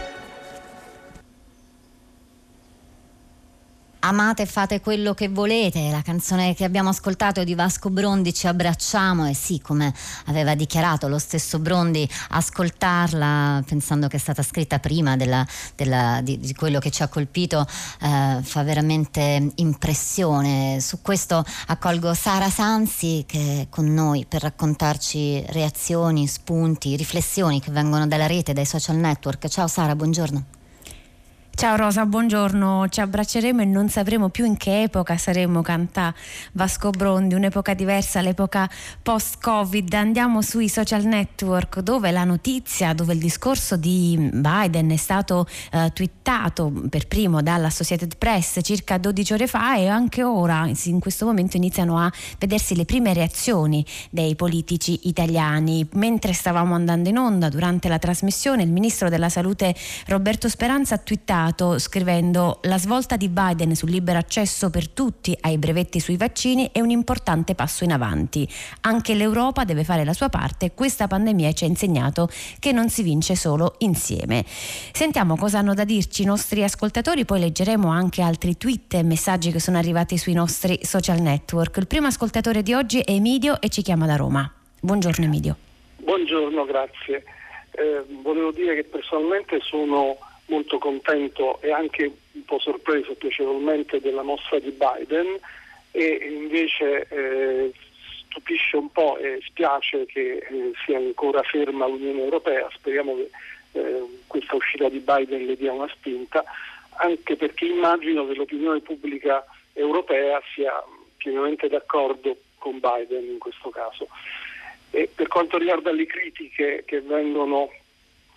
Amate e fate quello che volete, la canzone che abbiamo ascoltato di Vasco Brondi, Ci abbracciamo, e sì, come aveva dichiarato lo stesso Brondi, ascoltarla pensando che è stata scritta prima di quello che ci ha colpito fa veramente impressione. Su questo accolgo Sara Sanzi, che è con noi per raccontarci reazioni, spunti, riflessioni che vengono dalla rete, dai social network. Ciao Sara, buongiorno. Ciao Rosa, buongiorno. Ci abbracceremo e non sapremo più in che epoca saremo, canta Vasco Brondi, un'epoca diversa, l'epoca post-Covid. Andiamo sui social network dove la notizia, dove il discorso di Biden è stato twittato per primo dalla Associated Press circa 12 ore fa, e anche ora, in questo momento, iniziano a vedersi le prime reazioni dei politici italiani. Mentre stavamo andando in onda, durante la trasmissione, il ministro della Salute Roberto Speranza ha twittato scrivendo: la svolta di Biden sul libero accesso per tutti ai brevetti sui vaccini è un importante passo in avanti. Anche l'Europa deve fare la sua parte. Questa pandemia ci ha insegnato che non si vince solo insieme. Sentiamo cosa hanno da dirci i nostri ascoltatori, poi leggeremo anche altri tweet e messaggi che sono arrivati sui nostri social network. Il primo ascoltatore di oggi è Emidio e ci chiama da Roma. Buongiorno Emidio. Buongiorno, grazie. Volevo dire che personalmente sono molto contento e anche un po' sorpreso piacevolmente della mossa di Biden, e invece stupisce un po' e spiace che sia ancora ferma l'Unione Europea. Speriamo che questa uscita di Biden le dia una spinta, anche perché immagino che l'opinione pubblica europea sia pienamente d'accordo con Biden in questo caso. E per quanto riguarda le critiche che vengono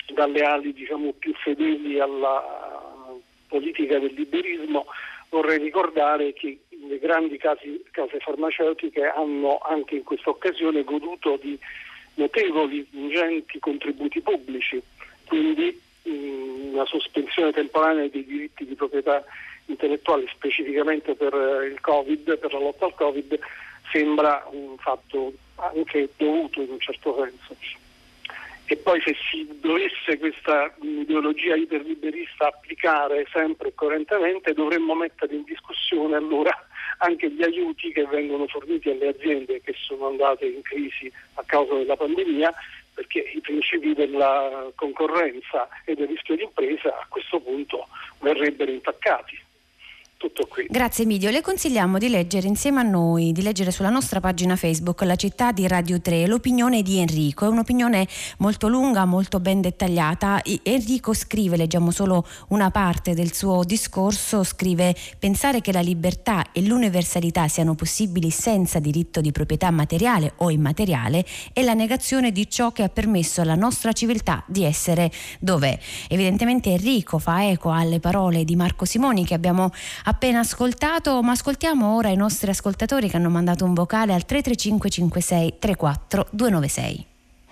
dalle ali diciamo più fedeli alla politica del liberismo, vorrei ricordare che le grandi case farmaceutiche hanno anche in questa occasione goduto di notevoli, ingenti contributi pubblici, quindi una sospensione temporanea dei diritti di proprietà intellettuale specificamente per il Covid, per la lotta al Covid, sembra un fatto anche dovuto in un certo senso. E poi se si dovesse questa ideologia iperliberista applicare sempre e coerentemente, dovremmo mettere in discussione allora anche gli aiuti che vengono forniti alle aziende che sono andate in crisi a causa della pandemia, perché i principi della concorrenza e del rischio di impresa a questo punto verrebbero intaccati. Tutto qui. Grazie Emidio, le consigliamo di leggere insieme a noi, di leggere sulla nostra pagina Facebook La Città di Radio 3 l'opinione di Enrico. È un'opinione molto lunga, molto ben dettagliata. Enrico scrive, leggiamo solo una parte del suo discorso, scrive: pensare che la libertà e l'universalità siano possibili senza diritto di proprietà materiale o immateriale è la negazione di ciò che ha permesso alla nostra civiltà di essere dov'è. Evidentemente Enrico fa eco alle parole di Marco Simoni che abbiamo appena ascoltato, ma ascoltiamo ora i nostri ascoltatori che hanno mandato un vocale al 335 56 34 296.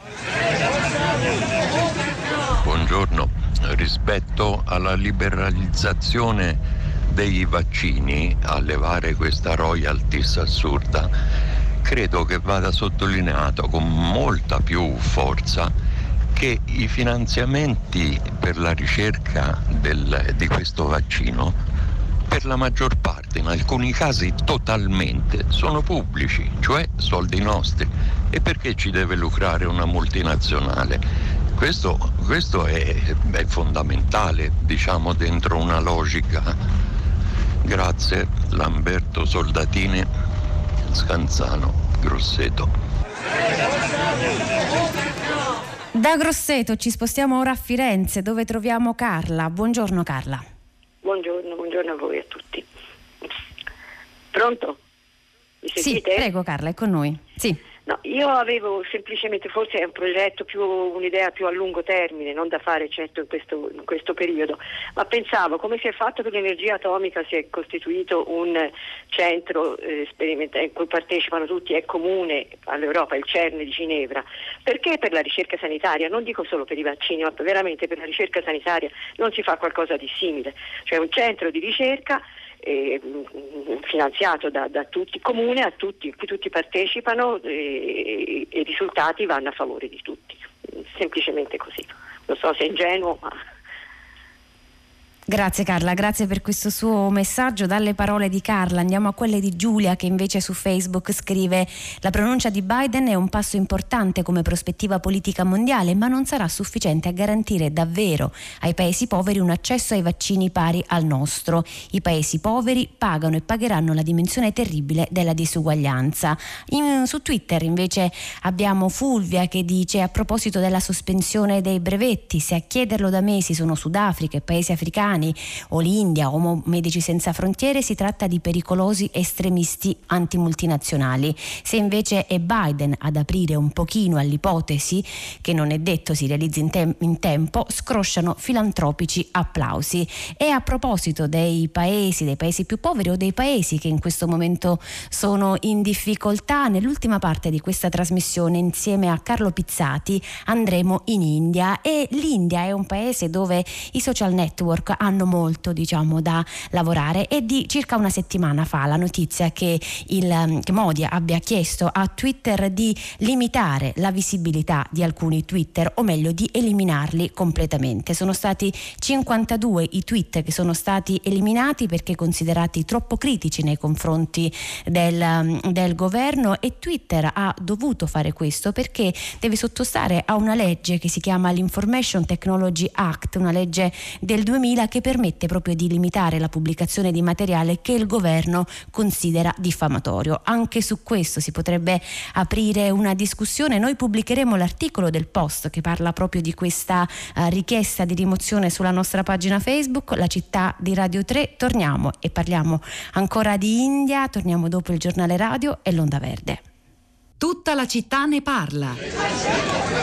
Buongiorno, rispetto alla liberalizzazione dei vaccini, a levare questa royalties assurda, credo che vada sottolineato con molta più forza che i finanziamenti per la ricerca di questo vaccino per la maggior parte, in alcuni casi totalmente, sono pubblici, cioè soldi nostri. E perché ci deve lucrare una multinazionale? Questo è fondamentale, diciamo, dentro una logica. Grazie, Lamberto Soldatini, Scanzano, Grosseto. Da Grosseto ci spostiamo ora a Firenze, dove troviamo Carla. Buongiorno Carla. Buongiorno a voi, a tutti. Pronto? Mi sentite? Sì, prego Carla, è con noi. Sì. No, io avevo semplicemente, forse è un progetto un'idea più a lungo termine, non da fare certo in questo periodo, ma pensavo, come si è fatto per l'energia atomica, si è costituito un centro sperimentale in cui partecipano tutti, è comune all'Europa, il CERN di Ginevra. Perché per la ricerca sanitaria, non dico solo per i vaccini, ma veramente per la ricerca sanitaria non si fa qualcosa di simile? Cioè un centro di ricerca finanziato da tutti, comune a tutti, cui tutti partecipano e i risultati vanno a favore di tutti, semplicemente così. Non so se è ingenuo, ma... Grazie Carla, grazie per questo suo messaggio. Dalle parole di Carla andiamo a quelle di Giulia, che invece su Facebook scrive: la pronuncia di Biden è un passo importante come prospettiva politica mondiale, ma non sarà sufficiente a garantire davvero ai paesi poveri un accesso ai vaccini pari al nostro. I paesi poveri pagano e pagheranno la dimensione terribile della disuguaglianza. Su Twitter invece abbiamo Fulvia che dice, a proposito della sospensione dei brevetti, se a chiederlo da mesi sono Sudafrica e paesi africani o l'India o Medici Senza Frontiere, si tratta di pericolosi estremisti antimultinazionali. Se invece è Biden ad aprire un pochino all'ipotesi, che non è detto si realizzi in tempo, scrosciano filantropici applausi. E a proposito dei paesi più poveri o dei paesi che in questo momento sono in difficoltà, nell'ultima parte di questa trasmissione insieme a Carlo Pizzati andremo in India, e l'India è un paese dove i social network hanno molto da lavorare. E di circa una settimana fa la notizia che Modi abbia chiesto a Twitter di limitare la visibilità di alcuni Twitter, o meglio di eliminarli completamente. Sono stati 52 i tweet che sono stati eliminati perché considerati troppo critici nei confronti del governo, e Twitter ha dovuto fare questo perché deve sottostare a una legge che si chiama l'Information Technology Act, una legge del 2000 che permette proprio di limitare la pubblicazione di materiale che il governo considera diffamatorio. Anche su questo si potrebbe aprire una discussione. Noi pubblicheremo l'articolo del Post che parla proprio di questa richiesta di rimozione sulla nostra pagina Facebook, La Città di Radio 3. Torniamo e parliamo ancora di India, torniamo dopo il giornale radio e l'Onda Verde. Tutta la città ne parla.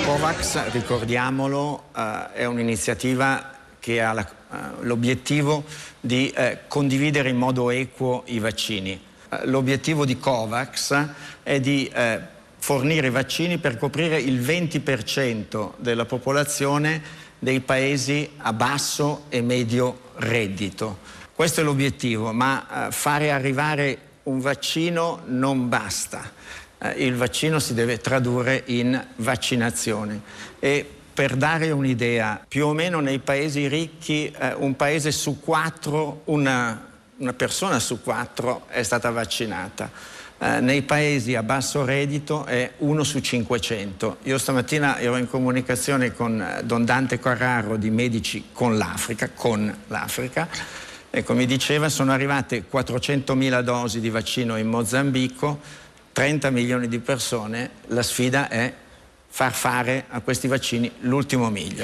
COVAX, ricordiamolo, è un'iniziativa che ha l'obiettivo di condividere in modo equo i vaccini. L'obiettivo di COVAX è di fornire vaccini per coprire il 20% della popolazione dei paesi a basso e medio reddito. Questo è l'obiettivo, ma fare arrivare un vaccino non basta. Il vaccino si deve tradurre in vaccinazione e per dare un'idea, più o meno nei paesi ricchi un paese su 4, una persona su 4 è stata vaccinata. Nei paesi a basso reddito è 1 su 500. Io stamattina ero in comunicazione con Don Dante Carraro di Medici con l'Africa. Ecco, mi diceva sono arrivate 400.000 dosi di vaccino in Mozambico, 30 milioni di persone, la sfida è far fare a questi vaccini l'ultimo miglio.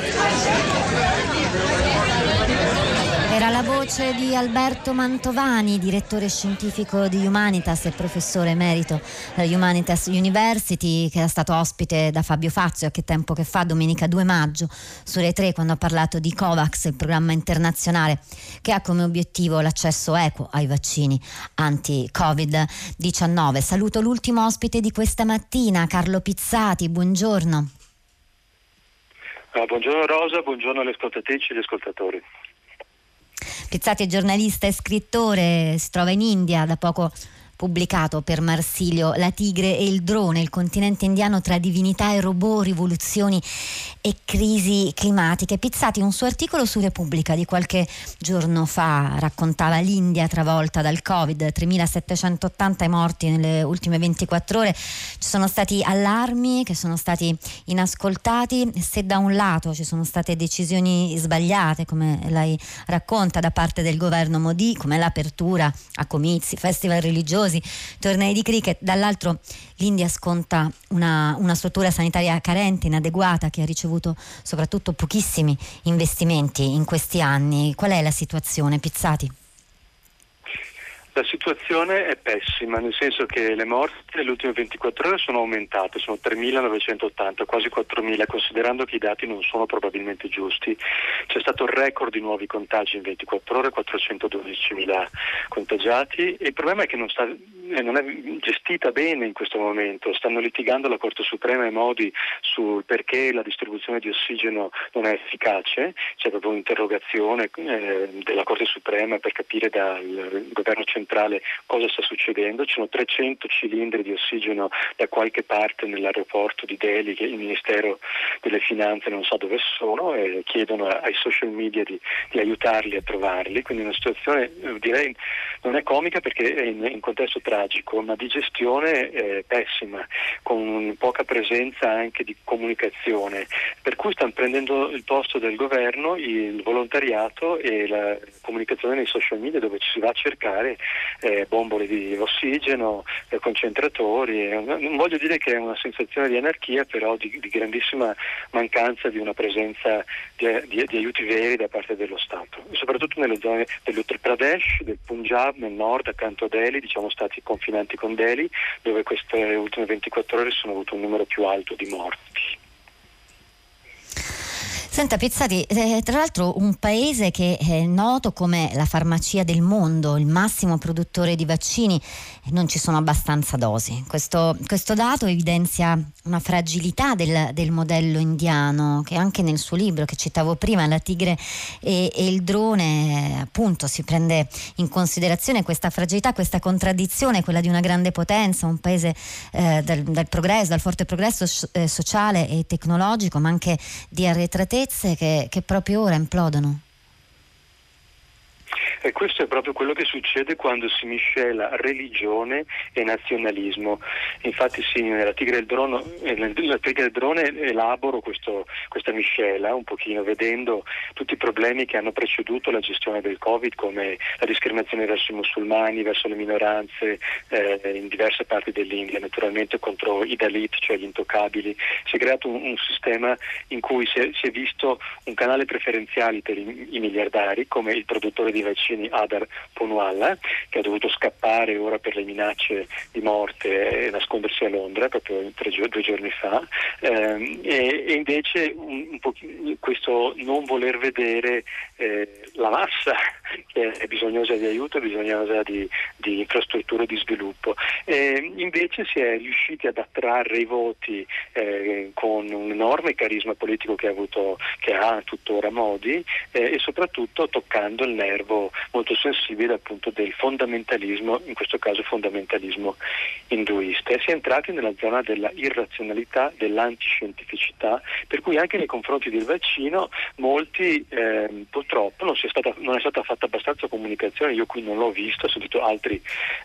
Era la voce di Alberto Mantovani, direttore scientifico di Humanitas e professore emerito alla Humanitas University, che era stato ospite da Fabio Fazio che tempo che fa, domenica 2 maggio, su Rai 3, quando ha parlato di COVAX, il programma internazionale che ha come obiettivo l'accesso equo ai vaccini anti-Covid-19. Saluto l'ultimo ospite di questa mattina, Carlo Pizzati, buongiorno. Buongiorno Rosa, buongiorno alle ascoltatrici e agli ascoltatori. Pizzati è giornalista e scrittore, si trova in India, da poco pubblicato per Marsilio La tigre e il drone, il continente indiano tra divinità e robot, rivoluzioni e crisi climatiche. Pizzati, un suo articolo su Repubblica di qualche giorno fa raccontava l'India travolta dal Covid, 3.780 morti nelle ultime 24 ore. Ci sono stati allarmi che sono stati inascoltati. Se da un lato ci sono state decisioni sbagliate, come lei racconta, da parte del governo Modi, come l'apertura a comizi, festival religiosi, tornei di cricket, dall'altro l'India sconta una struttura sanitaria carente, inadeguata, che ha ricevuto soprattutto pochissimi investimenti in questi anni. Qual è la situazione, Pizzati? La situazione è pessima, nel senso che le morti nelle ultime 24 ore sono aumentate, sono 3.980, quasi 4.000, considerando che i dati non sono probabilmente giusti. C'è stato il record di nuovi contagi in 24 ore, 412.000 contagiati, e il problema è che non è gestita bene in questo momento. Stanno litigando la Corte Suprema e Modi sul perché la distribuzione di ossigeno non è efficace. C'è proprio un'interrogazione della Corte Suprema per capire dal governo centrale cosa sta succedendo. Ci sono 300 cilindri di ossigeno da qualche parte nell'aeroporto di Delhi che il Ministero delle Finanze non sa dove sono, e chiedono ai social media di aiutarli a trovarli. Quindi una situazione, direi, non è comica perché è in contesto tragico, ma di gestione pessima, con poca presenza anche di comunicazione, per cui stanno prendendo il posto del governo il volontariato e la comunicazione nei social media, dove ci si va a cercare bombole di ossigeno, concentratori. Non voglio dire che è una sensazione di anarchia, però di grandissima mancanza di una presenza di aiuti veri da parte dello Stato, e soprattutto nelle zone dell'Uttar Pradesh, del Punjab, nel nord, accanto a Delhi, diciamo stati confinanti con Delhi, dove queste ultime 24 ore sono avuto un numero più alto di morti. Senta Pizzati, tra l'altro un paese che è noto come la farmacia del mondo, il massimo produttore di vaccini, non ci sono abbastanza dosi. Questo dato evidenzia una fragilità del modello indiano, che anche nel suo libro che citavo prima, La tigre e il drone, appunto si prende in considerazione questa fragilità, questa contraddizione, quella di una grande potenza, un paese dal progresso, dal forte progresso sociale e tecnologico, ma anche di arretratezza che proprio ora implodono. E questo è proprio quello che succede quando si miscela religione e nazionalismo. Infatti sì, nella Tigre del Drone elaboro questa miscela un pochino, vedendo tutti i problemi che hanno preceduto la gestione del Covid, come la discriminazione verso i musulmani, verso le minoranze in diverse parti dell'India, naturalmente contro i Dalit, cioè gli intoccabili. Si è creato un sistema in cui si è visto un canale preferenziale per i miliardari, come il produttore di vaccini vaccini, Adar Poonawalla, che ha dovuto scappare ora per le minacce di morte e nascondersi a Londra proprio 2 giorni fa, e invece questo non voler vedere la massa che è bisognosa di aiuto, bisognosa di infrastrutture di sviluppo. Invece si è riusciti ad attrarre i voti con un enorme carisma politico che ha tuttora Modi, e soprattutto toccando il nervo molto sensibile appunto del fondamentalismo, in questo caso fondamentalismo induista. E si è entrati nella zona della irrazionalità, dell'antiscientificità, per cui anche nei confronti del vaccino molti purtroppo non è stata fatta abbastanza comunicazione. Io qui non l'ho visto, ho sentito altri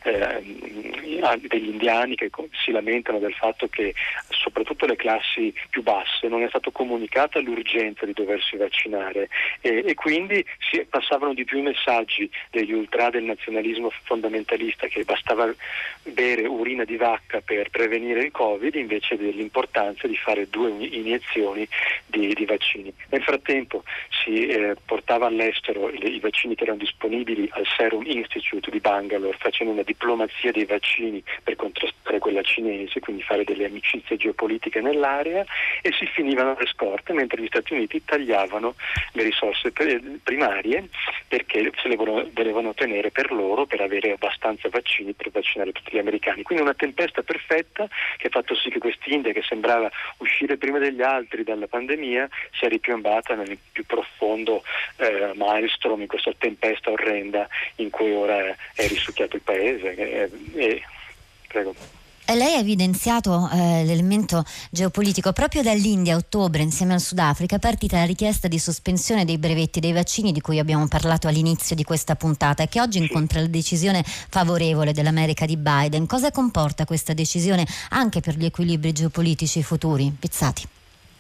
degli indiani che si lamentano del fatto che soprattutto le classi più basse non è stato comunicata l'urgenza di doversi vaccinare, e quindi si passavano di più i messaggi degli ultra del nazionalismo fondamentalista che bastava bere urina di vacca per prevenire il Covid, invece dell'importanza di fare 2 iniezioni di vaccini. Nel frattempo si portava all'estero i vaccini che erano disponibili al Serum Institute di Bangalore, facendo una diplomazia dei vaccini per contrastare quella cinese, quindi fare delle amicizie geopolitiche nell'area, e si finivano le scorte, mentre gli Stati Uniti tagliavano le risorse primarie perché se le volevano tenere per loro, per avere abbastanza vaccini per vaccinare tutti gli americani. Quindi una tempesta perfetta che ha fatto sì che quest'India, che sembrava uscire prima degli altri dalla pandemia, sia ripiombata nel più profondo maelstrom, in questa tempesta orrenda in cui ora è risucchiato il paese. Prego. Lei ha evidenziato l'elemento geopolitico. Proprio dall'India a ottobre, insieme al Sudafrica, è partita la richiesta di sospensione dei brevetti dei vaccini di cui abbiamo parlato all'inizio di questa puntata, e che oggi incontra la decisione favorevole dell'America di Biden. Cosa comporta questa decisione anche per gli equilibri geopolitici futuri? Pizzati.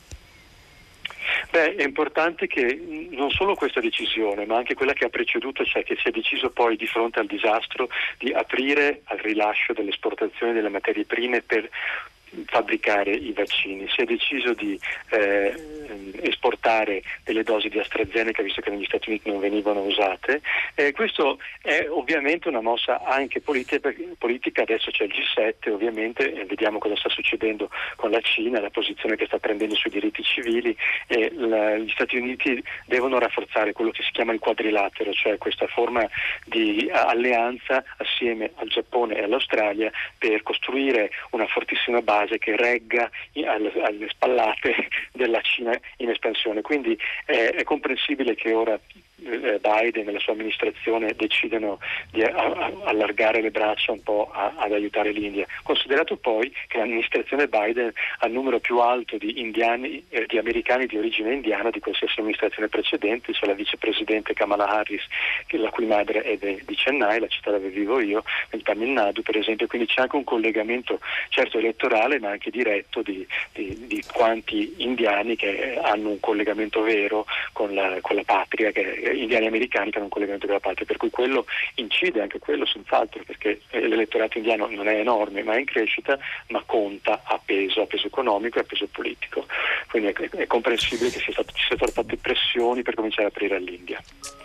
È importante che non solo questa decisione, ma anche quella che ha preceduto, cioè che si è deciso poi di fronte al disastro di aprire al rilascio delle esportazioni delle materie prime per fabbricare i vaccini. Si è deciso di esportare delle dosi di AstraZeneca, visto che negli Stati Uniti non venivano usate. Questo è ovviamente una mossa anche politica. Adesso c'è il G7 ovviamente, e vediamo cosa sta succedendo con la Cina, la posizione che sta prendendo sui diritti civili, e gli Stati Uniti devono rafforzare quello che si chiama il quadrilatero, cioè questa forma di alleanza assieme al Giappone e all'Australia per costruire una fortissima base che regga alle spallate della Cina in espansione. Quindi è comprensibile che ora Biden e la sua amministrazione decidano di allargare le braccia un po' ad aiutare l'India, considerato poi che l'amministrazione Biden ha il numero più alto di indiani, di americani di origine indiana di qualsiasi amministrazione precedente. C'è la vicepresidente Kamala Harris, la cui madre è di Chennai, la città dove vivo io, nel Tamil Nadu per esempio, quindi c'è anche un collegamento certo elettorale ma anche diretto di quanti indiani che hanno un collegamento vero con la patria, che indiani americani che hanno un collegamento con la patria, per cui quello incide, anche quello senz'altro, perché l'elettorato indiano non è enorme ma è in crescita, ma conta a peso economico e a peso politico, quindi è comprensibile che ci siano fatte pressioni per cominciare a aprire all'India.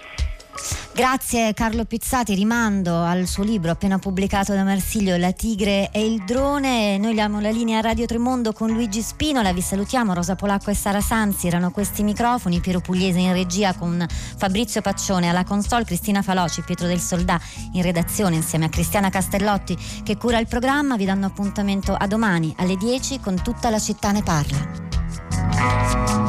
Grazie Carlo Pizzati, rimando al suo libro appena pubblicato da Marsilio, La tigre e il drone. Noi diamo la linea a Radio Tremondo con Luigi Spinola, vi salutiamo. Rosa Polacco e Sara Sanzi erano questi microfoni, Piero Pugliese in regia con Fabrizio Paccione alla console, Cristina Faloci, Pietro del Soldà in redazione insieme a Cristiana Castellotti che cura il programma. Vi danno appuntamento a domani alle 10 con Tutta la città ne parla.